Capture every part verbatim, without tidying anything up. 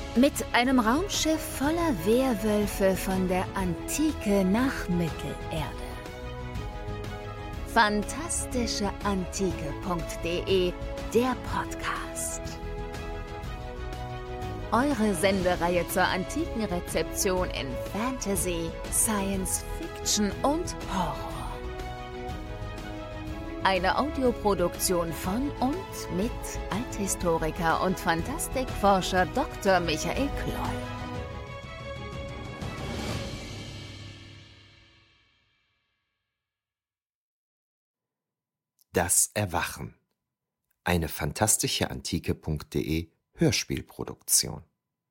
Mit einem Raumschiff voller Werwölfe von der Antike nach Mittelerde. fantastische antike punkt de, der Podcast. Eure Sendereihe zur antiken Rezeption in Fantasy, Science Fiction und Horror. Eine Audioproduktion von und mit Althistoriker und Fantastikforscher Doktor Michael Kloll. Das Erwachen. Eine fantastische antike punkt de Hörspielproduktion.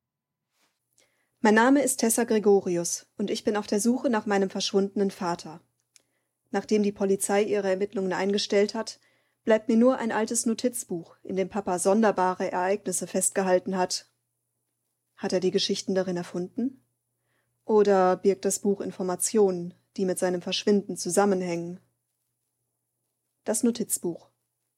Mein Name ist Tessa Gregorius und ich bin auf der Suche nach meinem verschwundenen Vater. Nachdem die Polizei ihre Ermittlungen eingestellt hat, bleibt mir nur ein altes Notizbuch, in dem Papa sonderbare Ereignisse festgehalten hat. Hat er die Geschichten darin erfunden? Oder birgt das Buch Informationen, die mit seinem Verschwinden zusammenhängen? Das Notizbuch.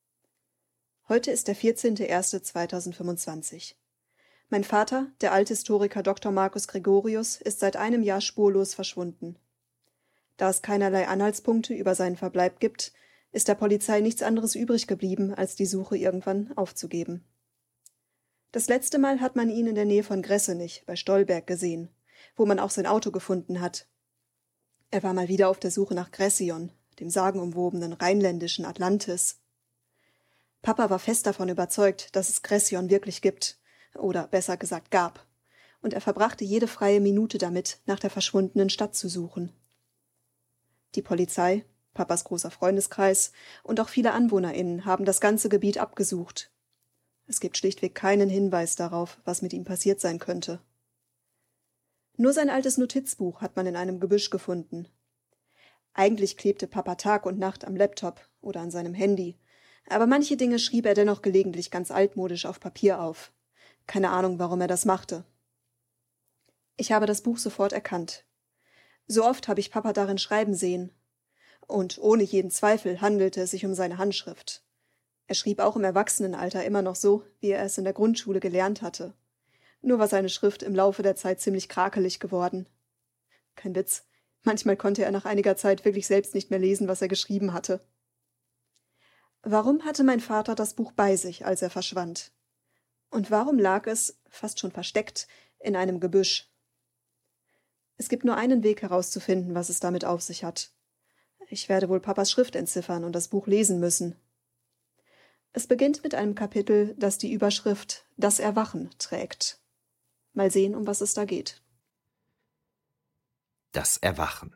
Heute ist der vierzehnter erster zweitausendfünfundzwanzig. Mein Vater, der Althistoriker Doktor Markus Gregorius, ist seit einem Jahr spurlos verschwunden. Da es keinerlei Anhaltspunkte über seinen Verbleib gibt, ist der Polizei nichts anderes übrig geblieben, als die Suche irgendwann aufzugeben. Das letzte Mal hat man ihn in der Nähe von Gressenich bei Stolberg gesehen, wo man auch sein Auto gefunden hat. Er war mal wieder auf der Suche nach Gression, dem sagenumwobenen rheinländischen Atlantis. Papa war fest davon überzeugt, dass es Gression wirklich gibt, oder besser gesagt gab, und er verbrachte jede freie Minute damit, nach der verschwundenen Stadt zu suchen. Die Polizei, Papas großer Freundeskreis und auch viele AnwohnerInnen haben das ganze Gebiet abgesucht. Es gibt schlichtweg keinen Hinweis darauf, was mit ihm passiert sein könnte. Nur sein altes Notizbuch hat man in einem Gebüsch gefunden. Eigentlich klebte Papa Tag und Nacht am Laptop oder an seinem Handy, aber manche Dinge schrieb er dennoch gelegentlich ganz altmodisch auf Papier auf. Keine Ahnung, warum er das machte. Ich habe das Buch sofort erkannt. So oft habe ich Papa darin schreiben sehen. Und ohne jeden Zweifel handelte es sich um seine Handschrift. Er schrieb auch im Erwachsenenalter immer noch so, wie er es in der Grundschule gelernt hatte. Nur war seine Schrift im Laufe der Zeit ziemlich krakelig geworden. Kein Witz, manchmal konnte er nach einiger Zeit wirklich selbst nicht mehr lesen, was er geschrieben hatte. Warum hatte mein Vater das Buch bei sich, als er verschwand? Und warum lag es, fast schon versteckt, in einem Gebüsch? Es gibt nur einen Weg herauszufinden, was es damit auf sich hat. Ich werde wohl Papas Schrift entziffern und das Buch lesen müssen. Es beginnt mit einem Kapitel, das die Überschrift »Das Erwachen« trägt. Mal sehen, um was es da geht. Das Erwachen.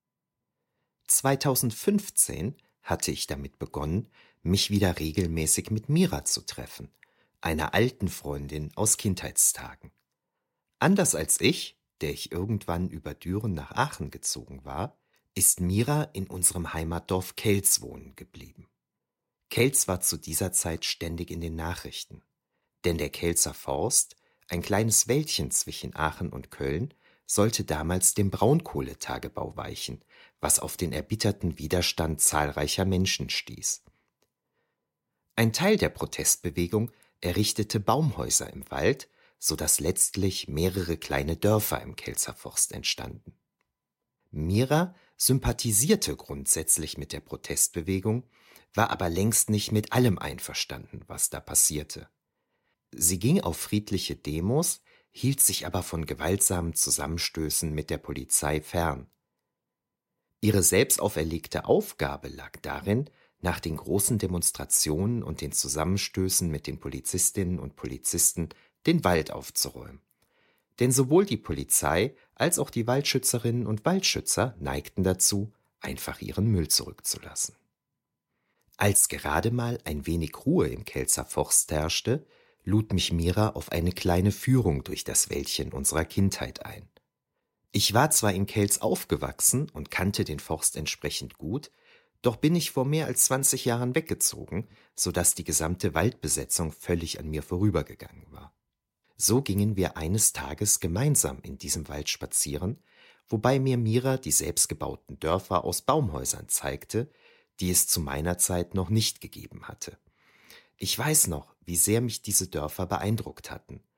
zweitausendfünfzehn hatte ich damit begonnen, mich wieder regelmäßig mit Mira zu treffen, einer alten Freundin aus Kindheitstagen. Anders als ich, der ich irgendwann über Düren nach Aachen gezogen war, ist Mira in unserem Heimatdorf Kelz wohnen geblieben. Kelz war zu dieser Zeit ständig in den Nachrichten, denn der Kelzer Forst, ein kleines Wäldchen zwischen Aachen und Köln, sollte damals dem Braunkohletagebau weichen, was auf den erbitterten Widerstand zahlreicher Menschen stieß. Ein Teil der Protestbewegung errichtete Baumhäuser im Wald, sodass letztlich mehrere kleine Dörfer im Kelzer Forst entstanden. Mira sympathisierte grundsätzlich mit der Protestbewegung, war aber längst nicht mit allem einverstanden, was da passierte. Sie ging auf friedliche Demos, hielt sich aber von gewaltsamen Zusammenstößen mit der Polizei fern. Ihre selbst auferlegte Aufgabe lag darin, nach den großen Demonstrationen und den Zusammenstößen mit den Polizistinnen und Polizisten den Wald aufzuräumen. Denn sowohl die Polizei als auch die Waldschützerinnen und Waldschützer neigten dazu, einfach ihren Müll zurückzulassen. Als gerade mal ein wenig Ruhe im Kelzer Forst herrschte, lud mich Mira auf eine kleine Führung durch das Wäldchen unserer Kindheit ein. Ich war zwar in Kelz aufgewachsen und kannte den Forst entsprechend gut, doch bin ich vor mehr als zwanzig Jahren weggezogen, sodass die gesamte Waldbesetzung völlig an mir vorübergegangen war. So gingen wir eines Tages gemeinsam in diesem Wald spazieren, wobei mir Mira die selbstgebauten Dörfer aus Baumhäusern zeigte, die es zu meiner Zeit noch nicht gegeben hatte. Ich weiß noch, wie sehr mich diese Dörfer beeindruckt hatten.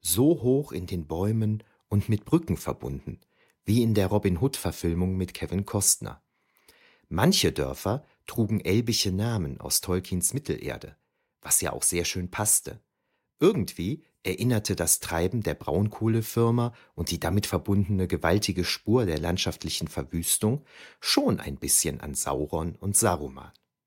so hoch in den Bäumen und mit Brücken verbunden, wie in der Robin Hood-Verfilmung mit Kevin Costner. Manche Dörfer trugen elbische Namen aus Tolkiens Mittelerde, was ja auch sehr schön passte. Irgendwie erinnerte das Treiben der Braunkohlefirma und die damit verbundene gewaltige Spur der landschaftlichen Verwüstung schon ein bisschen an Sauron und Saruman.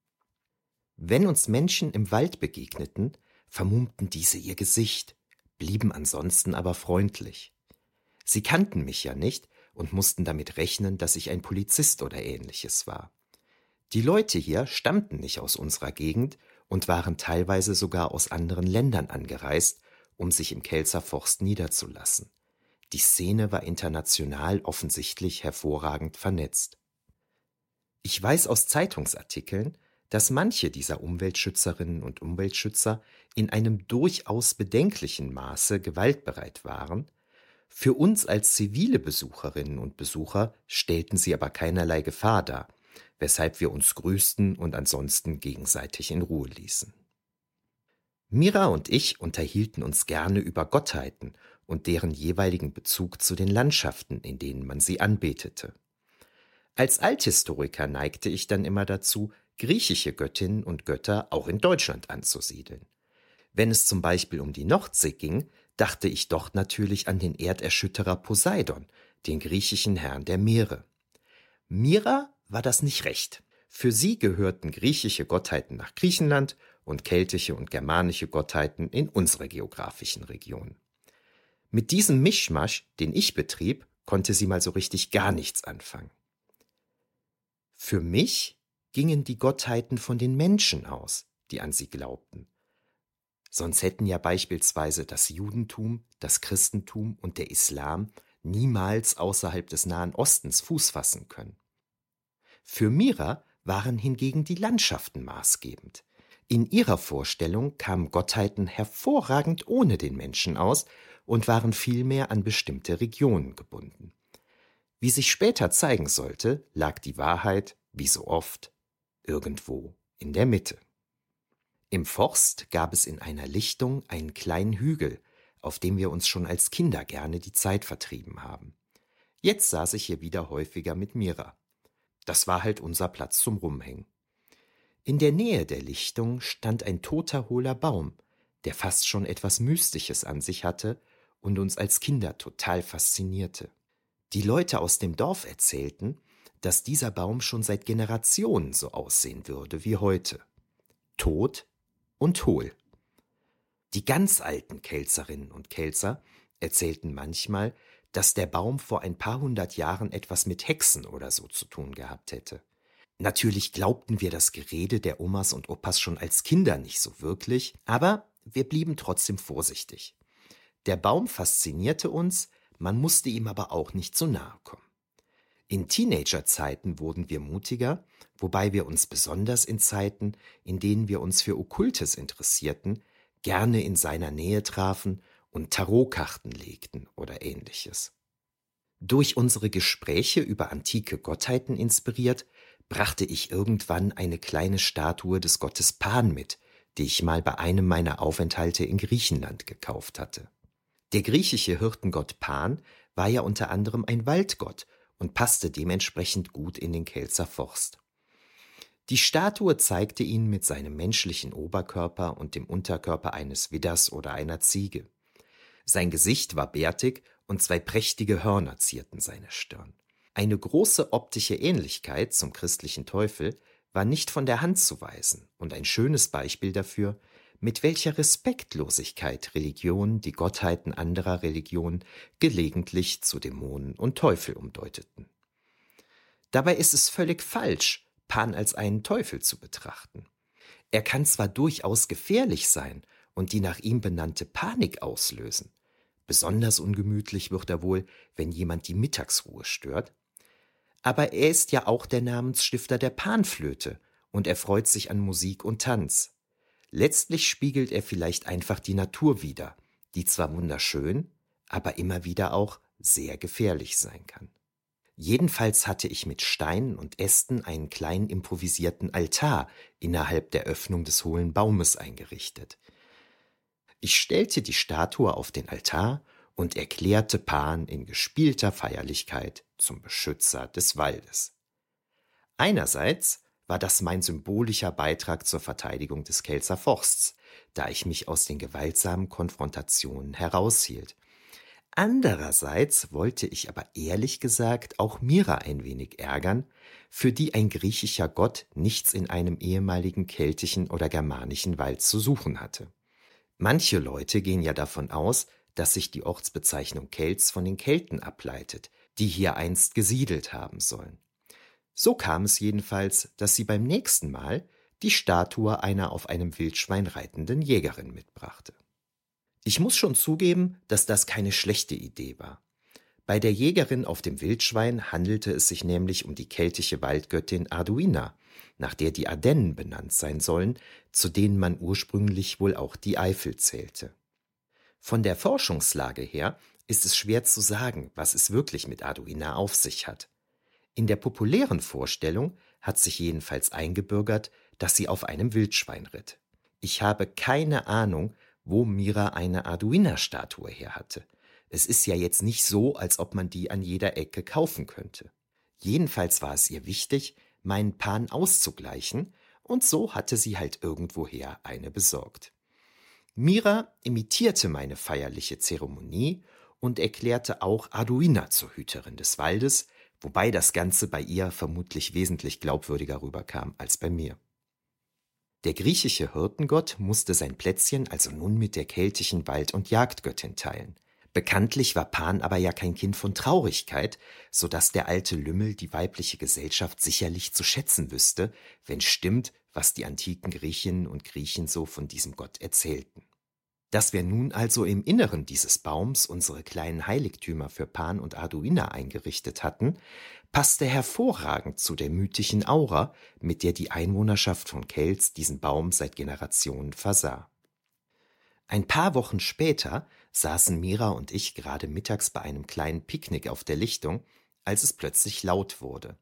Wenn uns Menschen im Wald begegneten, vermummten diese ihr Gesicht, blieben ansonsten aber freundlich. Sie kannten mich ja nicht und mussten damit rechnen, dass ich ein Polizist oder ähnliches war. Die Leute hier stammten nicht aus unserer Gegend und waren teilweise sogar aus anderen Ländern angereist, um sich im Kelzer Forst niederzulassen. Die Szene war international offensichtlich hervorragend vernetzt. Ich weiß aus Zeitungsartikeln, dass manche dieser Umweltschützerinnen und Umweltschützer in einem durchaus bedenklichen Maße gewaltbereit waren. Für uns als zivile Besucherinnen und Besucher stellten sie aber keinerlei Gefahr dar, weshalb wir uns grüßten und ansonsten gegenseitig in Ruhe ließen. Mira und ich unterhielten uns gerne über Gottheiten und deren jeweiligen Bezug zu den Landschaften, in denen man sie anbetete. Als Althistoriker neigte ich dann immer dazu, griechische Göttinnen und Götter auch in Deutschland anzusiedeln. Wenn es zum Beispiel um die Nordsee ging, dachte ich doch natürlich an den Erderschütterer Poseidon, den griechischen Herrn der Meere. Mira war das nicht recht. Für sie gehörten griechische Gottheiten nach Griechenland und keltische und germanische Gottheiten in unsere geografischen Regionen. Mit diesem Mischmasch, den ich betrieb, konnte sie mal so richtig gar nichts anfangen. Für mich gingen die Gottheiten von den Menschen aus, die an sie glaubten. Sonst hätten ja beispielsweise das Judentum, das Christentum und der Islam niemals außerhalb des Nahen Ostens Fuß fassen können. Für Mira waren hingegen die Landschaften maßgebend. In ihrer Vorstellung kamen Gottheiten hervorragend ohne den Menschen aus und waren vielmehr an bestimmte Regionen gebunden. Wie sich später zeigen sollte, lag die Wahrheit, wie so oft, irgendwo in der Mitte. Im Forst gab es in einer Lichtung einen kleinen Hügel, auf dem wir uns schon als Kinder gerne die Zeit vertrieben haben. Jetzt saß ich hier wieder häufiger mit Mira. Das war halt unser Platz zum Rumhängen. In der Nähe der Lichtung stand ein toter, hohler Baum, der fast schon etwas Mystisches an sich hatte und uns als Kinder total faszinierte. Die Leute aus dem Dorf erzählten, dass dieser Baum schon seit Generationen so aussehen würde wie heute. Tot und hohl. Die ganz alten Kelzerinnen und Kelzer erzählten manchmal, dass der Baum vor ein paar hundert Jahren etwas mit Hexen oder so zu tun gehabt hätte. Natürlich glaubten wir das Gerede der Omas und Opas schon als Kinder nicht so wirklich, aber wir blieben trotzdem vorsichtig. Der Baum faszinierte uns, man musste ihm aber auch nicht so nahe kommen. In Teenagerzeiten wurden wir mutiger, wobei wir uns besonders in Zeiten, in denen wir uns für Okkultes interessierten, gerne in seiner Nähe trafen und Tarotkarten legten oder ähnliches. Durch unsere Gespräche über antike Gottheiten inspiriert, brachte ich irgendwann eine kleine Statue des Gottes Pan mit, die ich mal bei einem meiner Aufenthalte in Griechenland gekauft hatte. Der griechische Hirtengott Pan war ja unter anderem ein Waldgott und passte dementsprechend gut in den Kelzer Forst. Die Statue zeigte ihn mit seinem menschlichen Oberkörper und dem Unterkörper eines Widders oder einer Ziege. Sein Gesicht war bärtig und zwei prächtige Hörner zierten seine Stirn. Eine große optische Ähnlichkeit zum christlichen Teufel war nicht von der Hand zu weisen und ein schönes Beispiel dafür, mit welcher Respektlosigkeit Religionen die Gottheiten anderer Religionen gelegentlich zu Dämonen und Teufel umdeuteten. Dabei ist es völlig falsch, Pan als einen Teufel zu betrachten. Er kann zwar durchaus gefährlich sein und die nach ihm benannte Panik auslösen. Besonders ungemütlich wird er wohl, wenn jemand die Mittagsruhe stört. Aber er ist ja auch der Namensstifter der Panflöte und er freut sich an Musik und Tanz. Letztlich spiegelt er vielleicht einfach die Natur wider, die zwar wunderschön, aber immer wieder auch sehr gefährlich sein kann. Jedenfalls hatte ich mit Steinen und Ästen einen kleinen improvisierten Altar innerhalb der Öffnung des hohlen Baumes eingerichtet. Ich stellte die Statue auf den Altar und erklärte Pan in gespielter Feierlichkeit zum Beschützer des Waldes. Einerseits war das mein symbolischer Beitrag zur Verteidigung des Kelzer Forsts, da ich mich aus den gewaltsamen Konfrontationen heraushielt. Andererseits wollte ich aber ehrlich gesagt auch Mira ein wenig ärgern, für die ein griechischer Gott nichts in einem ehemaligen keltischen oder germanischen Wald zu suchen hatte. Manche Leute gehen ja davon aus, dass sich die Ortsbezeichnung Kelts von den Kelten ableitet, die hier einst gesiedelt haben sollen. So kam es jedenfalls, dass sie beim nächsten Mal die Statue einer auf einem Wildschwein reitenden Jägerin mitbrachte. Ich muss schon zugeben, dass das keine schlechte Idee war. Bei der Jägerin auf dem Wildschwein handelte es sich nämlich um die keltische Waldgöttin Arduina, nach der die Ardennen benannt sein sollen, zu denen man ursprünglich wohl auch die Eifel zählte. Von der Forschungslage her ist es schwer zu sagen, was es wirklich mit Arduina auf sich hat. In der populären Vorstellung hat sich jedenfalls eingebürgert, dass sie auf einem Wildschwein ritt. Ich habe keine Ahnung, wo Mira eine Arduina-Statue her hatte. Es ist ja jetzt nicht so, als ob man die an jeder Ecke kaufen könnte. Jedenfalls war es ihr wichtig, meinen Pan auszugleichen, und so hatte sie halt irgendwoher eine besorgt. Mira imitierte meine feierliche Zeremonie und erklärte auch Arduina zur Hüterin des Waldes, wobei das Ganze bei ihr vermutlich wesentlich glaubwürdiger rüberkam als bei mir. Der griechische Hirtengott musste sein Plätzchen also nun mit der keltischen Wald- und Jagdgöttin teilen. Bekanntlich war Pan aber ja kein Kind von Traurigkeit, so dass der alte Lümmel die weibliche Gesellschaft sicherlich zu schätzen wüsste, wenn stimmt, was die antiken Griechinnen und Griechen so von diesem Gott erzählten. Dass wir nun also im Inneren dieses Baums unsere kleinen Heiligtümer für Pan und Arduina eingerichtet hatten, passte hervorragend zu der mythischen Aura, mit der die Einwohnerschaft von Kelts diesen Baum seit Generationen versah. Ein paar Wochen später saßen Mira und ich gerade mittags bei einem kleinen Picknick auf der Lichtung, als es plötzlich laut wurde.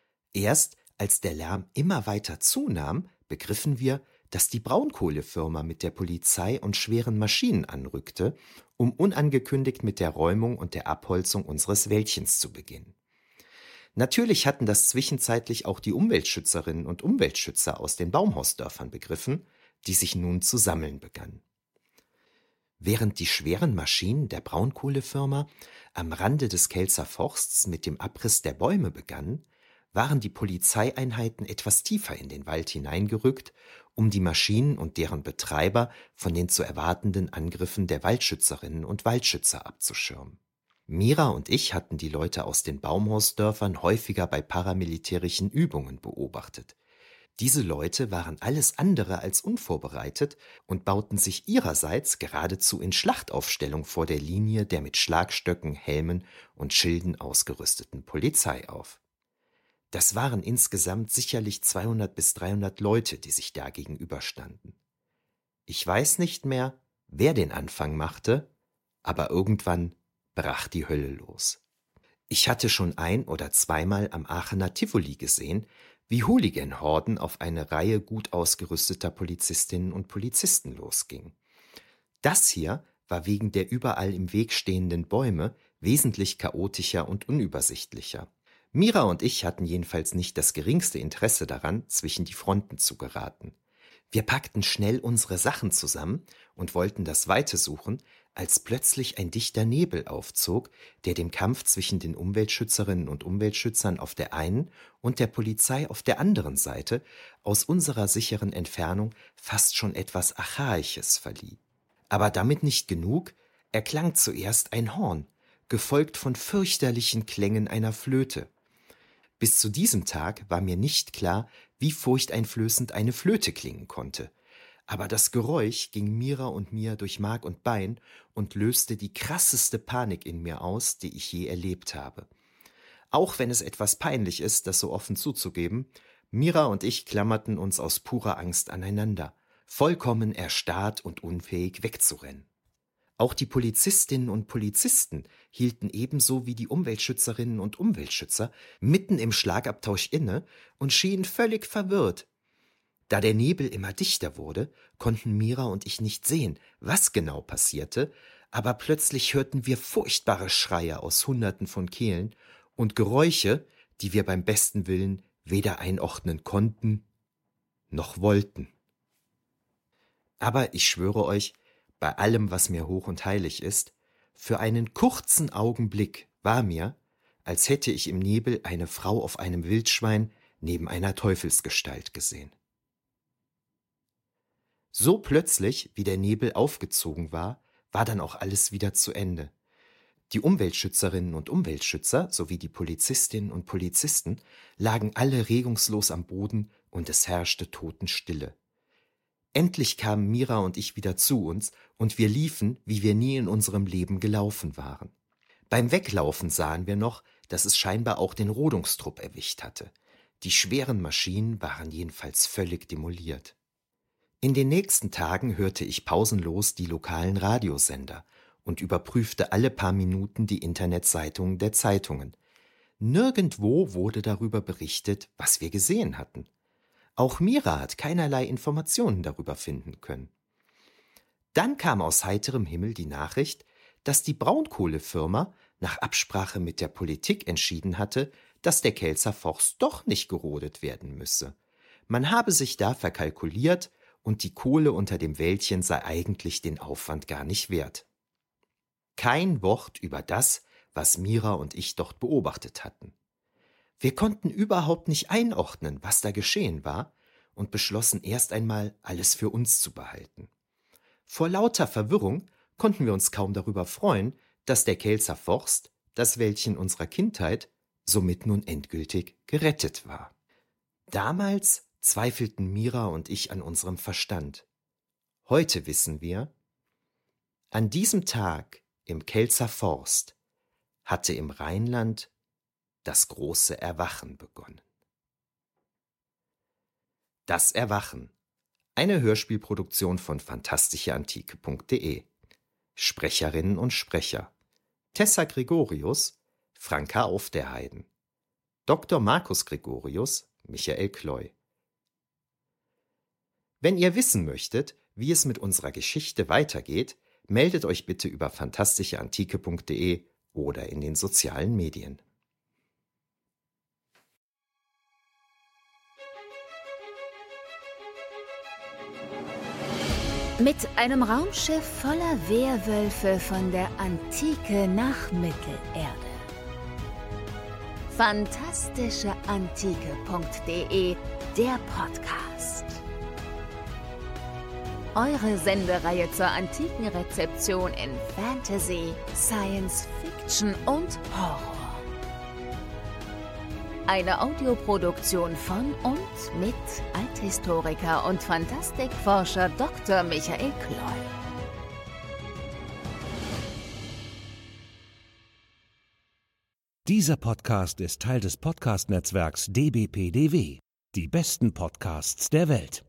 Erst als der Lärm immer weiter zunahm, begriffen wir, dass die Braunkohlefirma mit der Polizei und schweren Maschinen anrückte, um unangekündigt mit der Räumung und der Abholzung unseres Wäldchens zu beginnen. Natürlich hatten das zwischenzeitlich auch die Umweltschützerinnen und Umweltschützer aus den Baumhausdörfern begriffen, die sich nun zu sammeln begannen. Während die schweren Maschinen der Braunkohlefirma am Rande des Kelzer Forsts mit dem Abriss der Bäume begannen, waren die Polizeieinheiten etwas tiefer in den Wald hineingerückt, um die Maschinen und deren Betreiber von den zu erwartenden Angriffen der Waldschützerinnen und Waldschützer abzuschirmen. Mira und ich hatten die Leute aus den Baumhausdörfern häufiger bei paramilitärischen Übungen beobachtet. Diese Leute waren alles andere als unvorbereitet und bauten sich ihrerseits geradezu in Schlachtaufstellung vor der Linie der mit Schlagstöcken, Helmen und Schilden ausgerüsteten Polizei auf. Das waren insgesamt sicherlich zweihundert bis dreihundert Leute, die sich da gegenüberstanden. Ich weiß nicht mehr, wer den Anfang machte, aber irgendwann brach die Hölle los. Ich hatte schon ein- oder zweimal am Aachener Tivoli gesehen, wie Hooligan-Horden auf eine Reihe gut ausgerüsteter Polizistinnen und Polizisten losgingen. Das hier war wegen der überall im Weg stehenden Bäume wesentlich chaotischer und unübersichtlicher. Mira und ich hatten jedenfalls nicht das geringste Interesse daran, zwischen die Fronten zu geraten. Wir packten schnell unsere Sachen zusammen und wollten das Weite suchen, als plötzlich ein dichter Nebel aufzog, der dem Kampf zwischen den Umweltschützerinnen und Umweltschützern auf der einen und der Polizei auf der anderen Seite aus unserer sicheren Entfernung fast schon etwas Archaisches verlieh. Aber damit nicht genug, erklang zuerst ein Horn, gefolgt von fürchterlichen Klängen einer Flöte. Bis zu diesem Tag war mir nicht klar, wie furchteinflößend eine Flöte klingen konnte. Aber das Geräusch ging Mira und mir durch Mark und Bein und löste die krasseste Panik in mir aus, die ich je erlebt habe. Auch wenn es etwas peinlich ist, das so offen zuzugeben, Mira und ich klammerten uns aus purer Angst aneinander, vollkommen erstarrt und unfähig wegzurennen. Auch die Polizistinnen und Polizisten hielten ebenso wie die Umweltschützerinnen und Umweltschützer mitten im Schlagabtausch inne und schienen völlig verwirrt. Da der Nebel immer dichter wurde, konnten Mira und ich nicht sehen, was genau passierte, aber plötzlich hörten wir furchtbare Schreie aus Hunderten von Kehlen und Geräusche, die wir beim besten Willen weder einordnen konnten noch wollten. Aber ich schwöre euch, bei allem, was mir hoch und heilig ist, für einen kurzen Augenblick war mir, als hätte ich im Nebel eine Frau auf einem Wildschwein neben einer Teufelsgestalt gesehen. So plötzlich, wie der Nebel aufgezogen war, war dann auch alles wieder zu Ende. Die Umweltschützerinnen und Umweltschützer sowie die Polizistinnen und Polizisten lagen alle regungslos am Boden und es herrschte Totenstille. Endlich kamen Mira und ich wieder zu uns und wir liefen, wie wir nie in unserem Leben gelaufen waren. Beim Weglaufen sahen wir noch, dass es scheinbar auch den Rodungstrupp erwischt hatte. Die schweren Maschinen waren jedenfalls völlig demoliert. In den nächsten Tagen hörte ich pausenlos die lokalen Radiosender und überprüfte alle paar Minuten die Internetseitungen der Zeitungen. Nirgendwo wurde darüber berichtet, was wir gesehen hatten. Auch Mira hat keinerlei Informationen darüber finden können. Dann kam aus heiterem Himmel die Nachricht, dass die Braunkohlefirma nach Absprache mit der Politik entschieden hatte, dass der Kelzer Forst doch nicht gerodet werden müsse. Man habe sich da verkalkuliert und die Kohle unter dem Wäldchen sei eigentlich den Aufwand gar nicht wert. Kein Wort über das, was Mira und ich dort beobachtet hatten. Wir konnten überhaupt nicht einordnen, was da geschehen war, und beschlossen erst einmal, alles für uns zu behalten. Vor lauter Verwirrung konnten wir uns kaum darüber freuen, dass der Kelzer Forst, das Wäldchen unserer Kindheit, somit nun endgültig gerettet war. Damals zweifelten Mira und ich an unserem Verstand. Heute wissen wir, an diesem Tag im Kelzer Forst hatte im Rheinland das große Erwachen begonnen. Das Erwachen, eine Hörspielproduktion von fantastischeantike punkt de. Sprecherinnen und Sprecher: Tessa Gregorius, Franka Aufderheiden, Doktor Markus Gregorius, Michael Kloy. Wenn ihr wissen möchtet, wie es mit unserer Geschichte weitergeht, meldet euch bitte über fantastischeantike punkt de oder in den sozialen Medien. Mit einem Raumschiff voller Werwölfe von der Antike nach Mittelerde. fantastischeantike punkt de, der Podcast. Eure Sendereihe zur antiken Rezeption in Fantasy, Science Fiction und Horror. Eine Audioproduktion von und mit Althistoriker und Fantastikforscher Doktor Michael Kloy. Dieser Podcast ist Teil des Podcast-Netzwerks D B P D W. Die besten Podcasts der Welt.